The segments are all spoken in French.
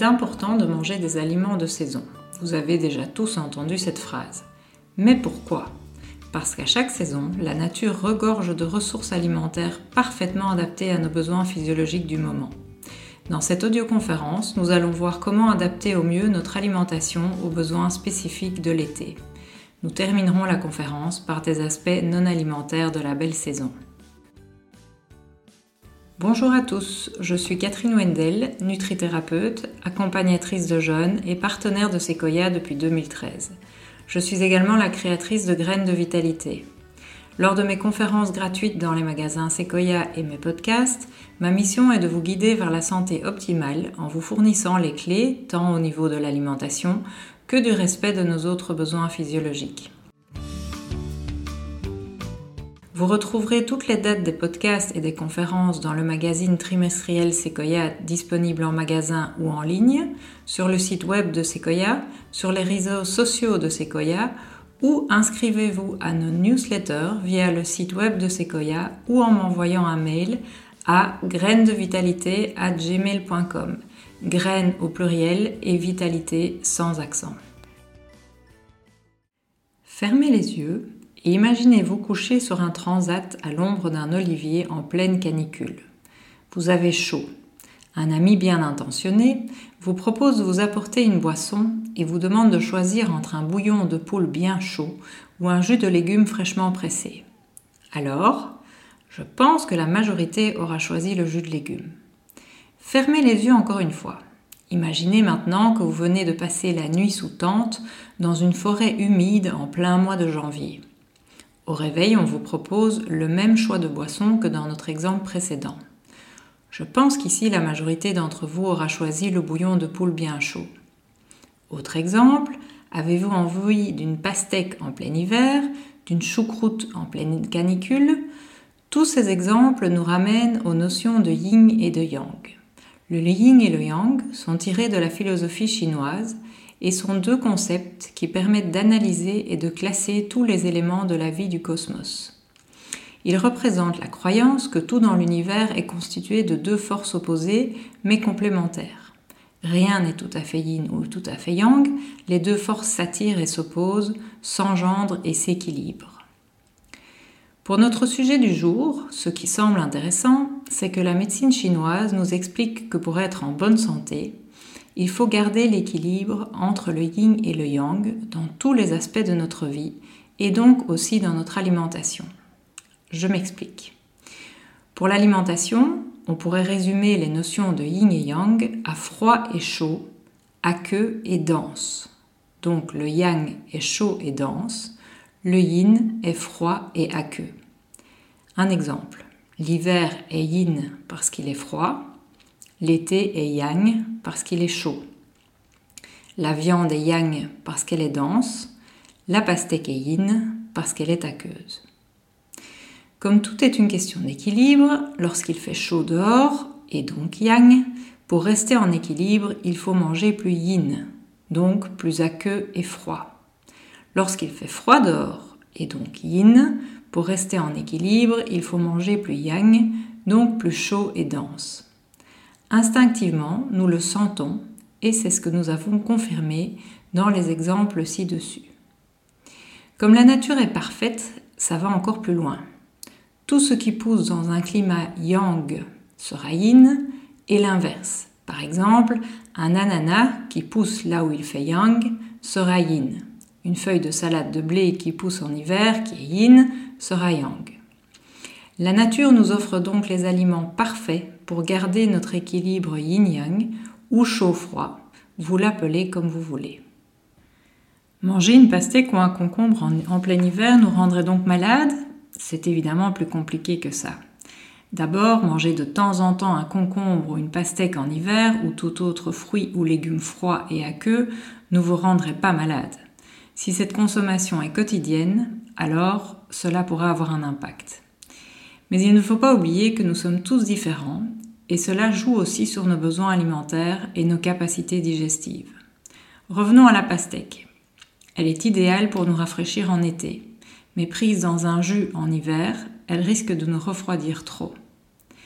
important de manger des aliments de saison. Vous avez déjà tous entendu cette phrase. Mais pourquoi ? Parce qu'à chaque saison, la nature regorge de ressources alimentaires parfaitement adaptées à nos besoins physiologiques du moment. Dans cette audioconférence, nous allons voir comment adapter au mieux notre alimentation aux besoins spécifiques de l'été. Nous terminerons la conférence par des aspects non alimentaires de la belle saison. Bonjour à tous, je suis Catherine Wendel, nutrithérapeute, accompagnatrice de jeunes et partenaire de Sequoia depuis 2013. Je suis également la créatrice de Graines de Vitalité. Lors de mes conférences gratuites dans les magasins Sequoia et mes podcasts, ma mission est de vous guider vers la santé optimale en vous fournissant les clés, tant au niveau de l'alimentation que du respect de nos autres besoins physiologiques. Vous retrouverez toutes les dates des podcasts et des conférences dans le magazine trimestriel Sequoia disponible en magasin ou en ligne, sur le site web de Sequoia, sur les réseaux sociaux de Sequoia ou inscrivez-vous à nos newsletters via le site web de Sequoia ou en m'envoyant un mail à grainesdevitalité@gmail.com. Graines au pluriel et vitalité sans accent. Fermez les yeux et imaginez-vous coucher sur un transat à l'ombre d'un olivier en pleine canicule. Vous avez chaud. Un ami bien intentionné vous propose de vous apporter une boisson et vous demande de choisir entre un bouillon de poule bien chaud ou un jus de légumes fraîchement pressé. Alors, je pense que la majorité aura choisi le jus de légumes. Fermez les yeux encore une fois. Imaginez maintenant que vous venez de passer la nuit sous tente dans une forêt humide en plein mois de janvier. Au réveil, on vous propose le même choix de boisson que dans notre exemple précédent. Je pense qu'ici, la majorité d'entre vous aura choisi le bouillon de poule bien chaud. Autre exemple, avez-vous envie d'une pastèque en plein hiver, d'une choucroute en pleine canicule ? Tous ces exemples nous ramènent aux notions de yin et de yang. Le yin et le yang sont tirés de la philosophie chinoise et sont deux concepts qui permettent d'analyser et de classer tous les éléments de la vie du cosmos. Ils représentent la croyance que tout dans l'univers est constitué de deux forces opposées mais complémentaires. Rien n'est tout à fait yin ou tout à fait yang, les deux forces s'attirent et s'opposent, s'engendrent et s'équilibrent. Pour notre sujet du jour, ce qui semble intéressant, c'est que la médecine chinoise nous explique que pour être en bonne santé, il faut garder l'équilibre entre le yin et le yang dans tous les aspects de notre vie et donc aussi dans notre alimentation. Je m'explique. Pour l'alimentation, on pourrait résumer les notions de yin et yang à froid et chaud, aqueux et dense. Donc le yang est chaud et dense, le yin est froid et aqueux. Un exemple, l'hiver est yin parce qu'il est froid, l'été est yang parce qu'il est chaud. La viande est yang parce qu'elle est dense, la pastèque est yin parce qu'elle est aqueuse. Comme tout est une question d'équilibre, lorsqu'il fait chaud dehors, et donc yang, pour rester en équilibre, il faut manger plus yin, donc plus aqueux et froid. Lorsqu'il fait froid dehors, et donc yin, pour rester en équilibre, il faut manger plus yang, donc plus chaud et dense. Instinctivement, nous le sentons, et c'est ce que nous avons confirmé dans les exemples ci-dessus. Comme la nature est parfaite, ça va encore plus loin. Tout ce qui pousse dans un climat yang sera yin et l'inverse. Par exemple, un ananas qui pousse là où il fait yang sera yin. Une feuille de salade de blé qui pousse en hiver, qui est yin, sera yang. La nature nous offre donc les aliments parfaits pour garder notre équilibre yin-yang ou chaud-froid, vous l'appelez comme vous voulez. Manger une pastèque ou un concombre en plein hiver nous rendrait donc malades ? C'est évidemment plus compliqué que ça. D'abord, manger de temps en temps un concombre ou une pastèque en hiver ou tout autre fruit ou légume froid et aqueux ne vous rendrait pas malade. Si cette consommation est quotidienne, alors cela pourra avoir un impact. Mais il ne faut pas oublier que nous sommes tous différents et cela joue aussi sur nos besoins alimentaires et nos capacités digestives. Revenons à la pastèque. Elle est idéale pour nous rafraîchir en été. Mais prise dans un jus en hiver, elle risque de nous refroidir trop.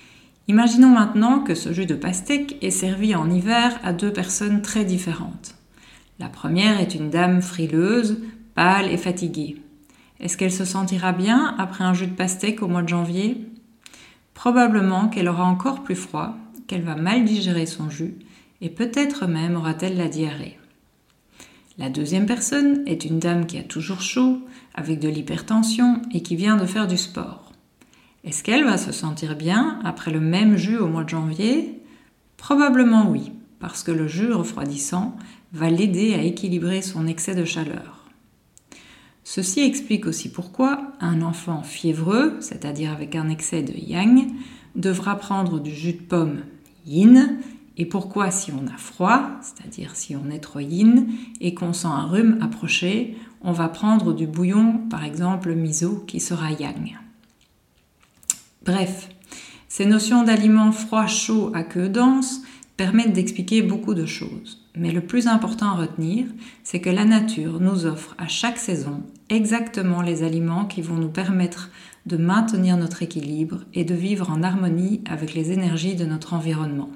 Imaginons maintenant que ce jus de pastèque est servi en hiver à 2 personnes très différentes. La première est une dame frileuse, pâle et fatiguée. Est-ce qu'elle se sentira bien après un jus de pastèque au mois de janvier ? Probablement qu'elle aura encore plus froid, qu'elle va mal digérer son jus et peut-être même aura-t-elle la diarrhée. La deuxième personne est une dame qui a toujours chaud, avec de l'hypertension et qui vient de faire du sport. Est-ce qu'elle va se sentir bien après le même jus au mois de janvier ? Probablement oui, parce que le jus refroidissant va l'aider à équilibrer son excès de chaleur. Ceci explique aussi pourquoi un enfant fiévreux, c'est-à-dire avec un excès de yang, devra prendre du jus de pomme yin, et pourquoi si on a froid, c'est-à-dire si on est trop yin, et qu'on sent un rhume approcher, on va prendre du bouillon, par exemple miso, qui sera yang. Bref, ces notions d'aliments froid-chaud à queue dense permettent d'expliquer beaucoup de choses. Mais le plus important à retenir, c'est que la nature nous offre à chaque saison exactement les aliments qui vont nous permettre de maintenir notre équilibre et de vivre en harmonie avec les énergies de notre environnement.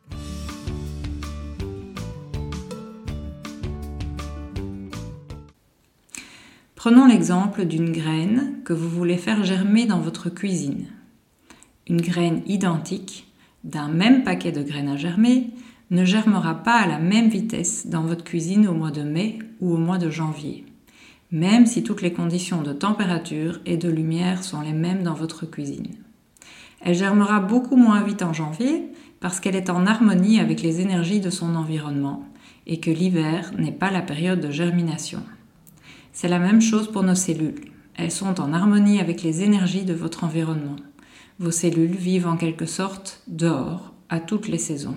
Prenons l'exemple d'une graine que vous voulez faire germer dans votre cuisine. Une graine identique, d'un même paquet de graines à germer, ne germera pas à la même vitesse dans votre cuisine au mois de mai ou au mois de janvier, même si toutes les conditions de température et de lumière sont les mêmes dans votre cuisine. Elle germera beaucoup moins vite en janvier parce qu'elle est en harmonie avec les énergies de son environnement et que l'hiver n'est pas la période de germination. C'est la même chose pour nos cellules. Elles sont en harmonie avec les énergies de votre environnement. Vos cellules vivent en quelque sorte dehors, à toutes les saisons.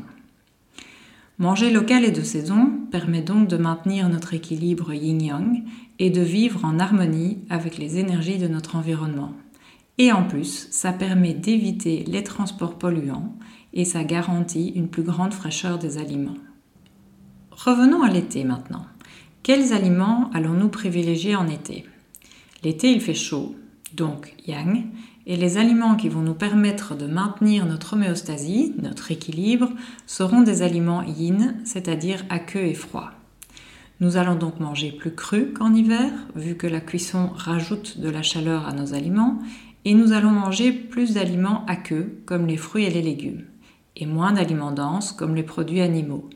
Manger local et de saison permet donc de maintenir notre équilibre yin-yang et de vivre en harmonie avec les énergies de notre environnement. Et en plus, ça permet d'éviter les transports polluants et ça garantit une plus grande fraîcheur des aliments. Revenons à l'été maintenant. Quels aliments allons-nous privilégier en été ? L'été, il fait chaud, donc yang, et les aliments qui vont nous permettre de maintenir notre homéostasie, notre équilibre, seront des aliments yin, c'est-à-dire aqueux et froids. Nous allons donc manger plus cru qu'en hiver, vu que la cuisson rajoute de la chaleur à nos aliments, et nous allons manger plus d'aliments aqueux, comme les fruits et les légumes, et moins d'aliments denses, comme les produits animaux.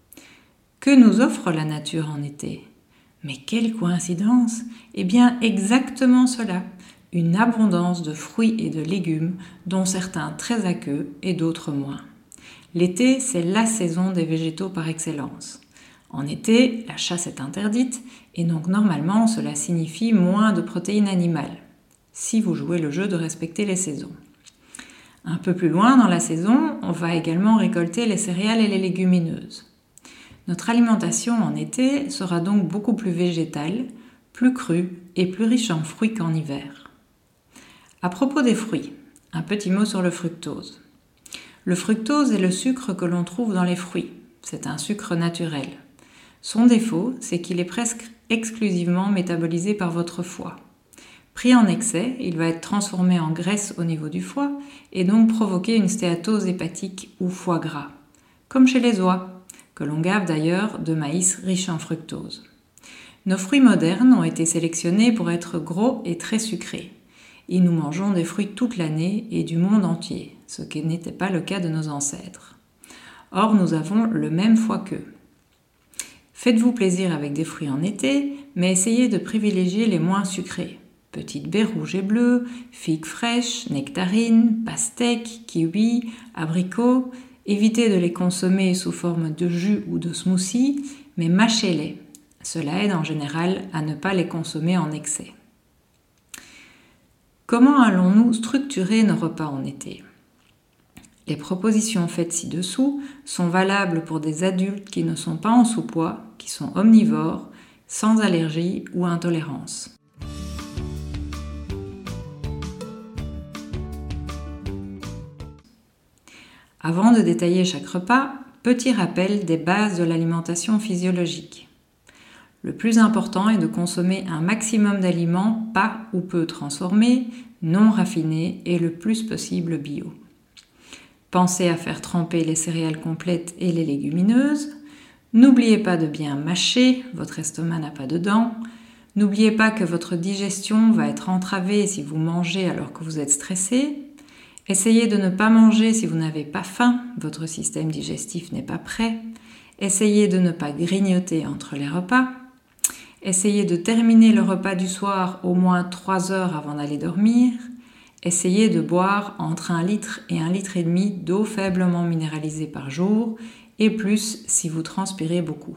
Que nous offre la nature en été ? Mais quelle coïncidence ! Eh bien, exactement cela. Une abondance de fruits et de légumes, dont certains très aqueux et d'autres moins. L'été, c'est la saison des végétaux par excellence. En été, la chasse est interdite, et donc normalement, cela signifie moins de protéines animales, si vous jouez le jeu de respecter les saisons. Un peu plus loin dans la saison, on va également récolter les céréales et les légumineuses. Notre alimentation en été sera donc beaucoup plus végétale, plus crue et plus riche en fruits qu'en hiver. À propos des fruits, un petit mot sur le fructose. Le fructose est le sucre que l'on trouve dans les fruits. C'est un sucre naturel. Son défaut, c'est qu'il est presque exclusivement métabolisé par votre foie. Pris en excès, il va être transformé en graisse au niveau du foie et donc provoquer une stéatose hépatique ou foie gras, comme chez les oies, que l'on gave d'ailleurs de maïs riche en fructose. Nos fruits modernes ont été sélectionnés pour être gros et très sucrés. Et nous mangeons des fruits toute l'année et du monde entier, ce qui n'était pas le cas de nos ancêtres. Or, nous avons le même foie qu'eux. Faites-vous plaisir avec des fruits en été, mais essayez de privilégier les moins sucrés. Petites baies rouges et bleues, figues fraîches, nectarines, pastèques, kiwis, abricots. Évitez de les consommer sous forme de jus ou de smoothie, mais mâchez-les. Cela aide en général à ne pas les consommer en excès. Comment allons-nous structurer nos repas en été ? Les propositions faites ci-dessous sont valables pour des adultes qui ne sont pas en sous-poids, qui sont omnivores, sans allergie ou intolérance. Avant de détailler chaque repas, petit rappel des bases de l'alimentation physiologique. Le plus important est de consommer un maximum d'aliments pas ou peu transformés, non raffinés et le plus possible bio. Pensez à faire tremper les céréales complètes et les légumineuses. N'oubliez pas de bien mâcher, votre estomac n'a pas de dents. N'oubliez pas que votre digestion va être entravée si vous mangez alors que vous êtes stressé. Essayez de ne pas manger si vous n'avez pas faim, votre système digestif n'est pas prêt. Essayez de ne pas grignoter entre les repas. Essayez de terminer le repas du soir au moins 3 heures avant d'aller dormir. Essayez de boire entre 1 litre et 1,5 litre d'eau faiblement minéralisée par jour et plus si vous transpirez beaucoup.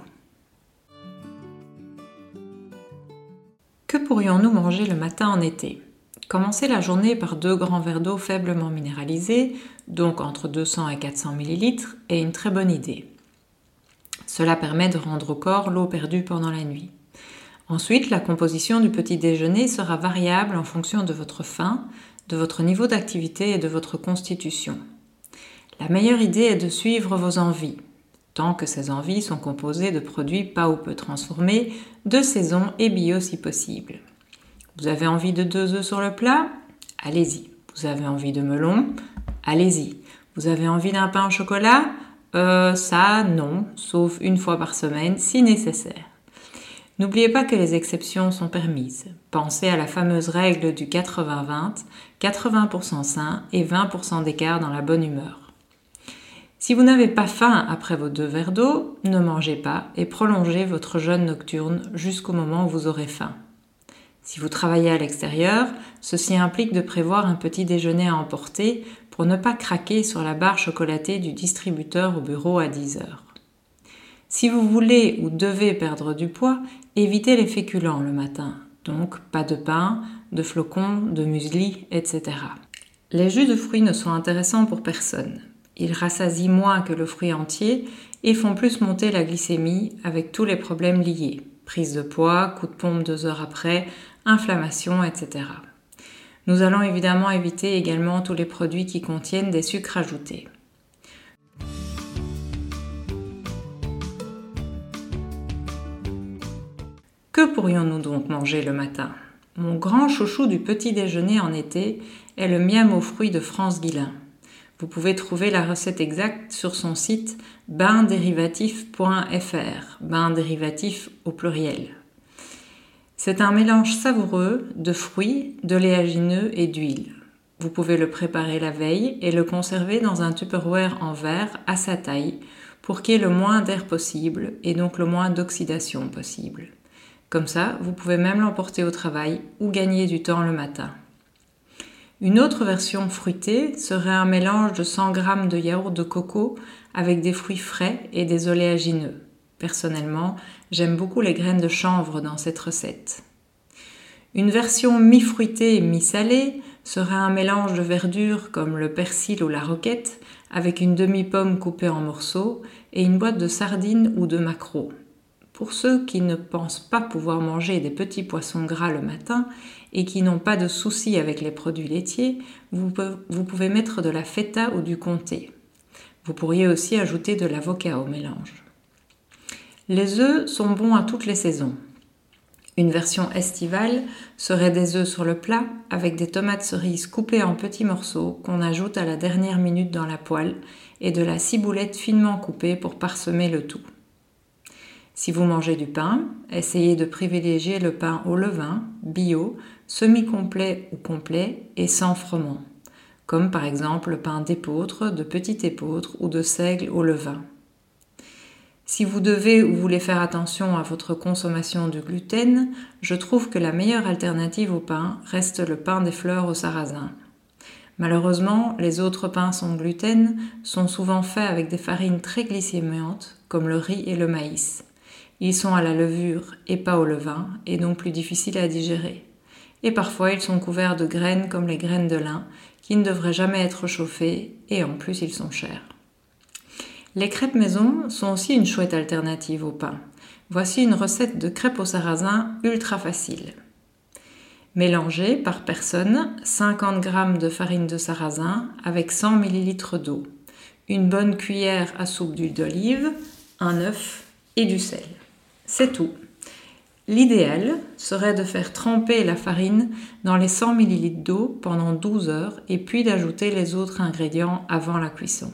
Que pourrions-nous manger le matin en été ? Commencez la journée par 2 grands verres d'eau faiblement minéralisés, donc entre 200 et 400 ml, est une très bonne idée. Cela permet de rendre au corps l'eau perdue pendant la nuit. Ensuite, la composition du petit déjeuner sera variable en fonction de votre faim, de votre niveau d'activité et de votre constitution. La meilleure idée est de suivre vos envies, tant que ces envies sont composées de produits pas ou peu transformés, de saison et bio si possible. Vous avez envie de 2 œufs sur le plat ? Allez-y. Vous avez envie de melon ? Allez-y. Vous avez envie d'un pain au chocolat ? Ça, non, sauf 1 fois par semaine si nécessaire. N'oubliez pas que les exceptions sont permises. Pensez à la fameuse règle du 80-20, 80% sain et 20% d'écart dans la bonne humeur. Si vous n'avez pas faim après vos 2 verres d'eau, ne mangez pas et prolongez votre jeûne nocturne jusqu'au moment où vous aurez faim. Si vous travaillez à l'extérieur, ceci implique de prévoir un petit déjeuner à emporter pour ne pas craquer sur la barre chocolatée du distributeur au bureau à 10 heures. Si vous voulez ou devez perdre du poids, évitez les féculents le matin, donc pas de pain, de flocons, de muesli, etc. Les jus de fruits ne sont intéressants pour personne. Ils rassasient moins que le fruit entier et font plus monter la glycémie avec tous les problèmes liés. Prise de poids, coup de pompe 2 heures après, inflammation, etc. Nous allons évidemment éviter également tous les produits qui contiennent des sucres ajoutés. Que pourrions-nous donc manger le matin ? Mon grand chouchou du petit déjeuner en été est le miam aux fruits de France Guillain. Vous pouvez trouver la recette exacte sur son site baindérivatif.fr, bain dérivatif au pluriel. C'est un mélange savoureux de fruits, de léagineux et d'huile. Vous pouvez le préparer la veille et le conserver dans un Tupperware en verre à sa taille pour qu'il y ait le moins d'air possible et donc le moins d'oxydation possible. Comme ça, vous pouvez même l'emporter au travail ou gagner du temps le matin. Une autre version fruitée serait un mélange de 100 g de yaourt de coco avec des fruits frais et des oléagineux. Personnellement, j'aime beaucoup les graines de chanvre dans cette recette. Une version mi-fruitée et mi-salée serait un mélange de verdures comme le persil ou la roquette avec une demi-pomme coupée en morceaux et une boîte de sardines ou de maquereaux. Pour ceux qui ne pensent pas pouvoir manger des petits poissons gras le matin et qui n'ont pas de soucis avec les produits laitiers, vous pouvez mettre de la feta ou du comté. Vous pourriez aussi ajouter de l'avocat au mélange. Les œufs sont bons à toutes les saisons. Une version estivale serait des œufs sur le plat avec des tomates cerises coupées en petits morceaux qu'on ajoute à la dernière minute dans la poêle et de la ciboulette finement coupée pour parsemer le tout. Si vous mangez du pain, essayez de privilégier le pain au levain, bio, semi-complet ou complet et sans froment, comme par exemple le pain d'épeautre, de petit épeautre ou de seigle au levain. Si vous devez ou voulez faire attention à votre consommation de gluten, je trouve que la meilleure alternative au pain reste le pain des fleurs au sarrasin. Malheureusement, les autres pains sans gluten sont souvent faits avec des farines très glycémiantes, comme le riz et le maïs. Ils sont à la levure et pas au levain, et donc plus difficiles à digérer. Et parfois, ils sont couverts de graines comme les graines de lin, qui ne devraient jamais être chauffées, et en plus, ils sont chers. Les crêpes maison sont aussi une chouette alternative au pain. Voici une recette de crêpes au sarrasin ultra facile. Mélangez par personne 50 g de farine de sarrasin avec 100 ml d'eau, une bonne cuillère à soupe d'huile d'olive, un œuf et du sel. C'est tout. L'idéal serait de faire tremper la farine dans les 100 ml d'eau pendant 12 heures et puis d'ajouter les autres ingrédients avant la cuisson.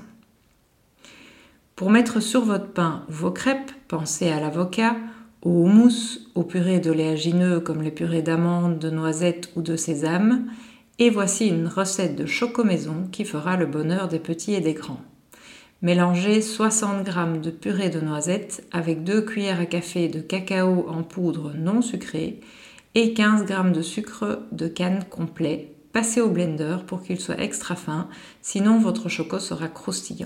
Pour mettre sur votre pain ou vos crêpes, pensez à l'avocat, au houmous, aux purées d'oléagineux comme les purées d'amandes, de noisettes ou de sésame. Et voici une recette de choco maison qui fera le bonheur des petits et des grands. Mélangez 60 g de purée de noisettes avec 2 cuillères à café de cacao en poudre non sucrée et 15 g de sucre de canne complet. Passez au blender pour qu'il soit extra fin, sinon votre choco sera croustillant.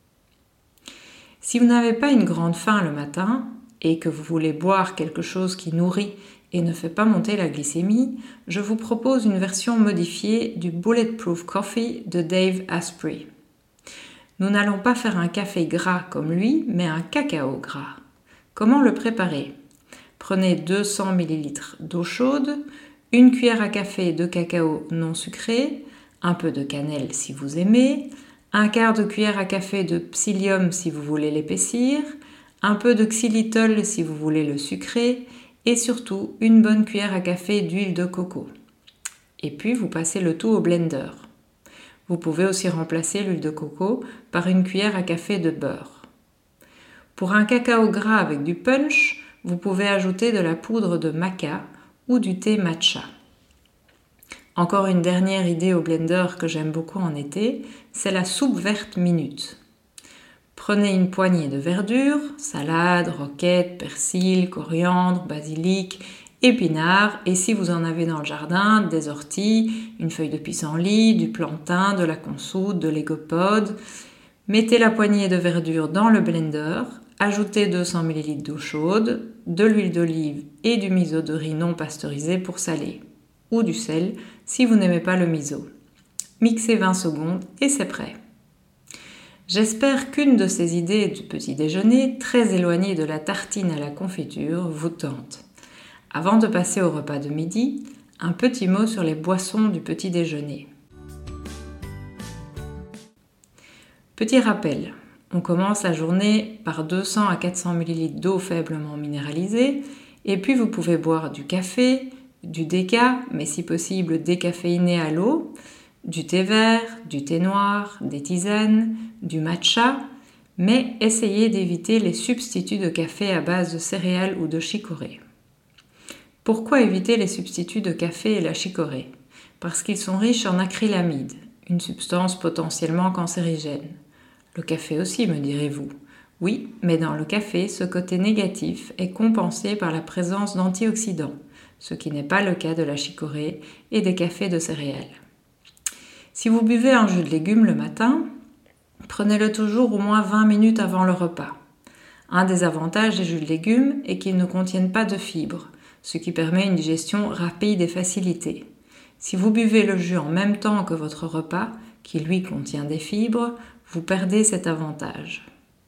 Si vous n'avez pas une grande faim le matin et que vous voulez boire quelque chose qui nourrit et ne fait pas monter la glycémie, je vous propose une version modifiée du Bulletproof Coffee de Dave Asprey. Nous n'allons pas faire un café gras comme lui, mais un cacao gras. Comment le préparer ? Prenez 200 ml d'eau chaude, une cuillère à café de cacao non sucré, un peu de cannelle si vous aimez, un quart de cuillère à café de psyllium si vous voulez l'épaissir, un peu de xylitol si vous voulez le sucrer, et surtout une bonne cuillère à café d'huile de coco. Et puis vous passez le tout au blender. Vous pouvez aussi remplacer l'huile de coco par une cuillère à café de beurre. Pour un cacao gras avec du punch, vous pouvez ajouter de la poudre de maca ou du thé matcha. Encore une dernière idée au blender que j'aime beaucoup en été, c'est la soupe verte minute. Prenez une poignée de verdure, salade, roquette, persil, coriandre, basilic, épinards et si vous en avez dans le jardin, des orties, une feuille de pissenlit, du plantain, de la consoude, de l'égopode. Mettez la poignée de verdure dans le blender, ajoutez 200 ml d'eau chaude, de l'huile d'olive et du miso de riz non pasteurisé pour saler, ou du sel si vous n'aimez pas le miso. Mixez 20 secondes et c'est prêt. J'espère qu'une de ces idées du petit déjeuner, très éloignée de la tartine à la confiture, vous tente. Avant de passer au repas de midi, un petit mot sur les boissons du petit déjeuner. Petit rappel, on commence la journée par 200 à 400 ml d'eau faiblement minéralisée et puis vous pouvez boire du café, du déca, mais si possible décaféiné à l'eau, du thé vert, du thé noir, des tisanes, du matcha, mais essayez d'éviter les substituts de café à base de céréales ou de chicorée. Pourquoi éviter les substituts de café et la chicorée ? Parce qu'ils sont riches en acrylamide, une substance potentiellement cancérigène. Le café aussi, me direz-vous. Oui, mais dans le café, ce côté négatif est compensé par la présence d'antioxydants, ce qui n'est pas le cas de la chicorée et des cafés de céréales. Si vous buvez un jus de légumes le matin, prenez-le toujours au moins 20 minutes avant le repas. Un des avantages des jus de légumes est qu'ils ne contiennent pas de fibres, ce qui permet une digestion rapide et facilitée. Si vous buvez le jus en même temps que votre repas, qui lui contient des fibres, vous perdez cet avantage.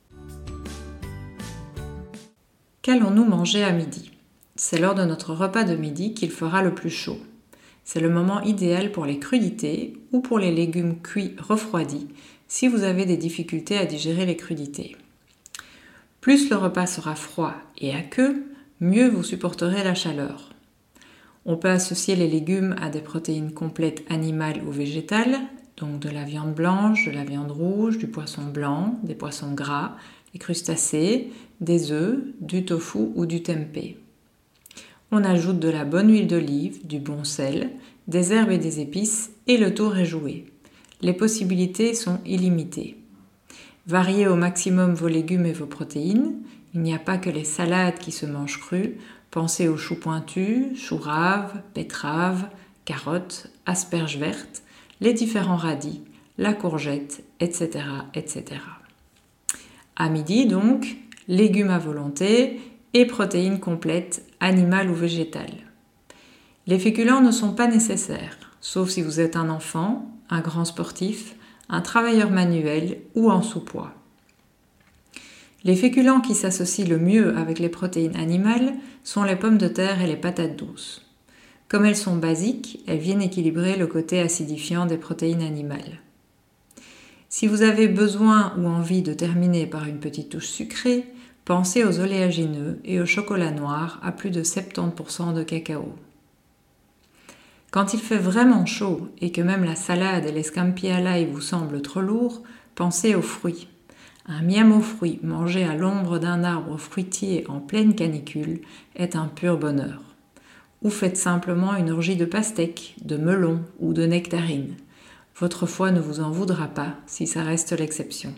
Qu'allons-nous manger à midi ? C'est lors de notre repas de midi qu'il fera le plus chaud. C'est le moment idéal pour les crudités ou pour les légumes cuits refroidis si vous avez des difficultés à digérer les crudités. Plus le repas sera froid et aqueux, mieux vous supporterez la chaleur. On peut associer les légumes à des protéines complètes animales ou végétales, donc de la viande blanche, de la viande rouge, du poisson blanc, des poissons gras, des crustacés, des œufs, du tofu ou du tempeh. On ajoute de la bonne huile d'olive, du bon sel, des herbes et des épices et le tour est joué. Les possibilités sont illimitées. Variez au maximum vos légumes et vos protéines. Il n'y a pas que les salades qui se mangent crues. Pensez aux choux pointus, choux raves, betteraves, carottes, asperges vertes, les différents radis, la courgette, etc., etc. À midi donc, légumes à volonté et protéines complètes, animales ou végétales. Les féculents ne sont pas nécessaires, sauf si vous êtes un enfant, un grand sportif, un travailleur manuel ou en sous-poids. Les féculents qui s'associent le mieux avec les protéines animales sont les pommes de terre et les patates douces. Comme elles sont basiques, elles viennent équilibrer le côté acidifiant des protéines animales. Si vous avez besoin ou envie de terminer par une petite touche sucrée, pensez aux oléagineux et au chocolat noir à plus de 70% de cacao. Quand il fait vraiment chaud et que même la salade et les scampi à l'ail vous semblent trop lourds, pensez aux fruits. Un miam aux fruits mangé à l'ombre d'un arbre fruitier en pleine canicule est un pur bonheur. Ou faites simplement une orgie de pastèques, de melons ou de nectarines. Votre foie ne vous en voudra pas si ça reste l'exception.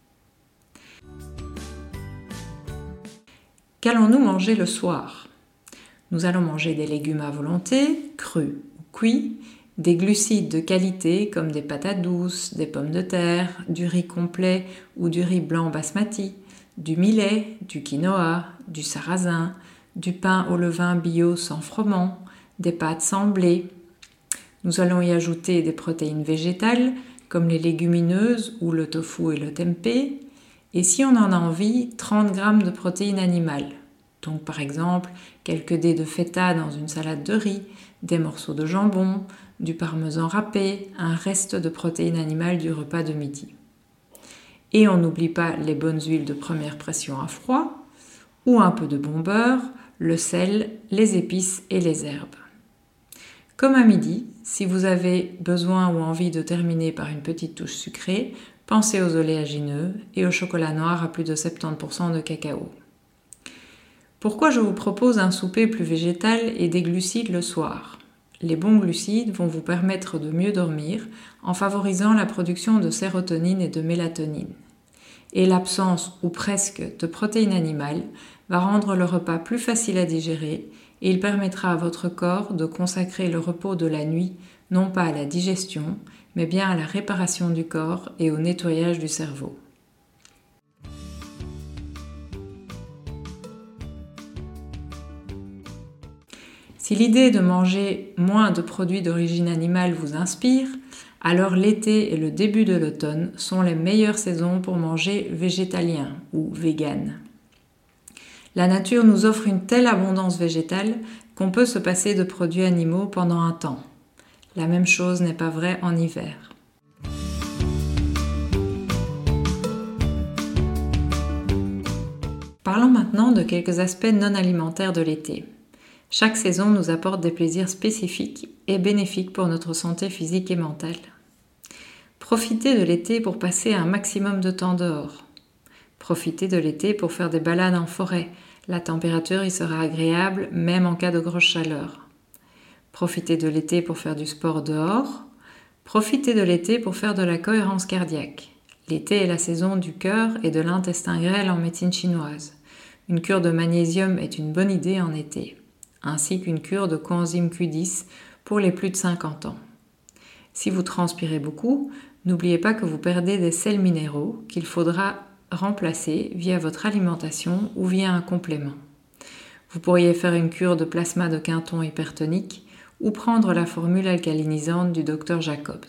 Qu'allons-nous manger le soir ? Nous allons manger des légumes à volonté, crus ou cuits, des glucides de qualité comme des patates douces, des pommes de terre, du riz complet ou du riz blanc basmati, du millet, du quinoa, du sarrasin, du pain au levain bio sans froment, des pâtes sans blé. Nous allons y ajouter des protéines végétales comme les légumineuses ou le tofu et le tempeh, et si on en a envie, 30 g de protéines animales. Donc par exemple, quelques dés de feta dans une salade de riz, des morceaux de jambon, du parmesan râpé, un reste de protéines animales du repas de midi. Et on n'oublie pas les bonnes huiles de première pression à froid, ou un peu de bon beurre, le sel, les épices et les herbes. Comme à midi, si vous avez besoin ou envie de terminer par une petite touche sucrée, pensez aux oléagineux et au chocolat noir à plus de 70% de cacao. Pourquoi je vous propose un souper plus végétal et des glucides le soir ? Les bons glucides vont vous permettre de mieux dormir en favorisant la production de sérotonine et de mélatonine. Et l'absence ou presque de protéines animales va rendre le repas plus facile à digérer et il permettra à votre corps de consacrer le repos de la nuit non pas à la digestion, mais bien à la réparation du corps et au nettoyage du cerveau. Si l'idée de manger moins de produits d'origine animale vous inspire, alors l'été et le début de l'automne sont les meilleures saisons pour manger végétalien ou vegan. La nature nous offre une telle abondance végétale qu'on peut se passer de produits animaux pendant un temps. La même chose n'est pas vraie en hiver. Parlons maintenant de quelques aspects non alimentaires de l'été. Chaque saison nous apporte des plaisirs spécifiques et bénéfiques pour notre santé physique et mentale. Profitez de l'été pour passer un maximum de temps dehors. Profitez de l'été pour faire des balades en forêt. La température y sera agréable, même en cas de grosse chaleur. Profitez de l'été pour faire du sport dehors. Profitez de l'été pour faire de la cohérence cardiaque. L'été est la saison du cœur et de l'intestin grêle en médecine chinoise. Une cure de magnésium est une bonne idée en été, ainsi qu'une cure de coenzyme Q10 pour les plus de 50 ans. Si vous transpirez beaucoup, n'oubliez pas que vous perdez des sels minéraux qu'il faudra remplacer via votre alimentation ou via un complément. Vous pourriez faire une cure de plasma de Quinton hypertonique ou prendre la formule alcalinisante du Dr Jacobs.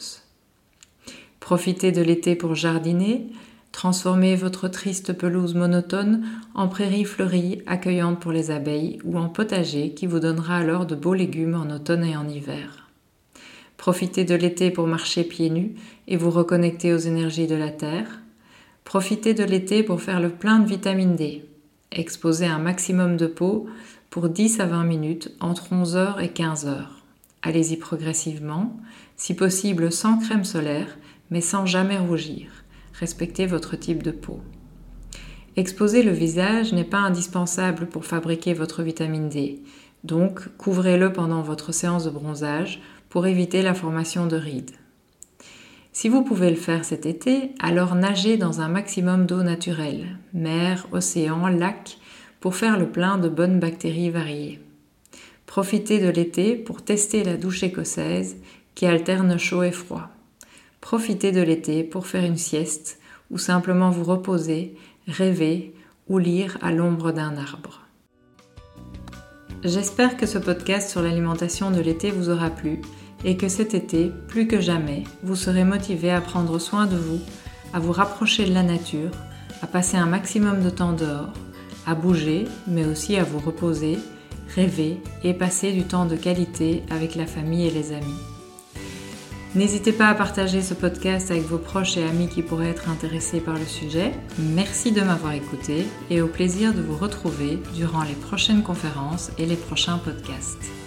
Profitez de l'été pour jardiner, transformez votre triste pelouse monotone en prairie fleurie accueillante pour les abeilles ou en potager qui vous donnera alors de beaux légumes en automne et en hiver. Profitez de l'été pour marcher pieds nus et vous reconnecter aux énergies de la terre. Profitez de l'été pour faire le plein de vitamine D. Exposez un maximum de peau pour 10 à 20 minutes entre 11h et 15h. Allez-y progressivement, si possible sans crème solaire, mais sans jamais rougir. Respectez votre type de peau. Exposer le visage n'est pas indispensable pour fabriquer votre vitamine D, donc couvrez-le pendant votre séance de bronzage pour éviter la formation de rides. Si vous pouvez le faire cet été, alors nagez dans un maximum d'eau naturelle, mer, océan, lac, pour faire le plein de bonnes bactéries variées. Profitez de l'été pour tester la douche écossaise qui alterne chaud et froid. Profitez de l'été pour faire une sieste ou simplement vous reposer, rêver ou lire à l'ombre d'un arbre. J'espère que ce podcast sur l'alimentation de l'été vous aura plu et que cet été, plus que jamais, vous serez motivé à prendre soin de vous, à vous rapprocher de la nature, à passer un maximum de temps dehors, à bouger, mais aussi à vous reposer, rêver et passer du temps de qualité avec la famille et les amis. N'hésitez pas à partager ce podcast avec vos proches et amis qui pourraient être intéressés par le sujet. Merci de m'avoir écouté et au plaisir de vous retrouver durant les prochaines conférences et les prochains podcasts.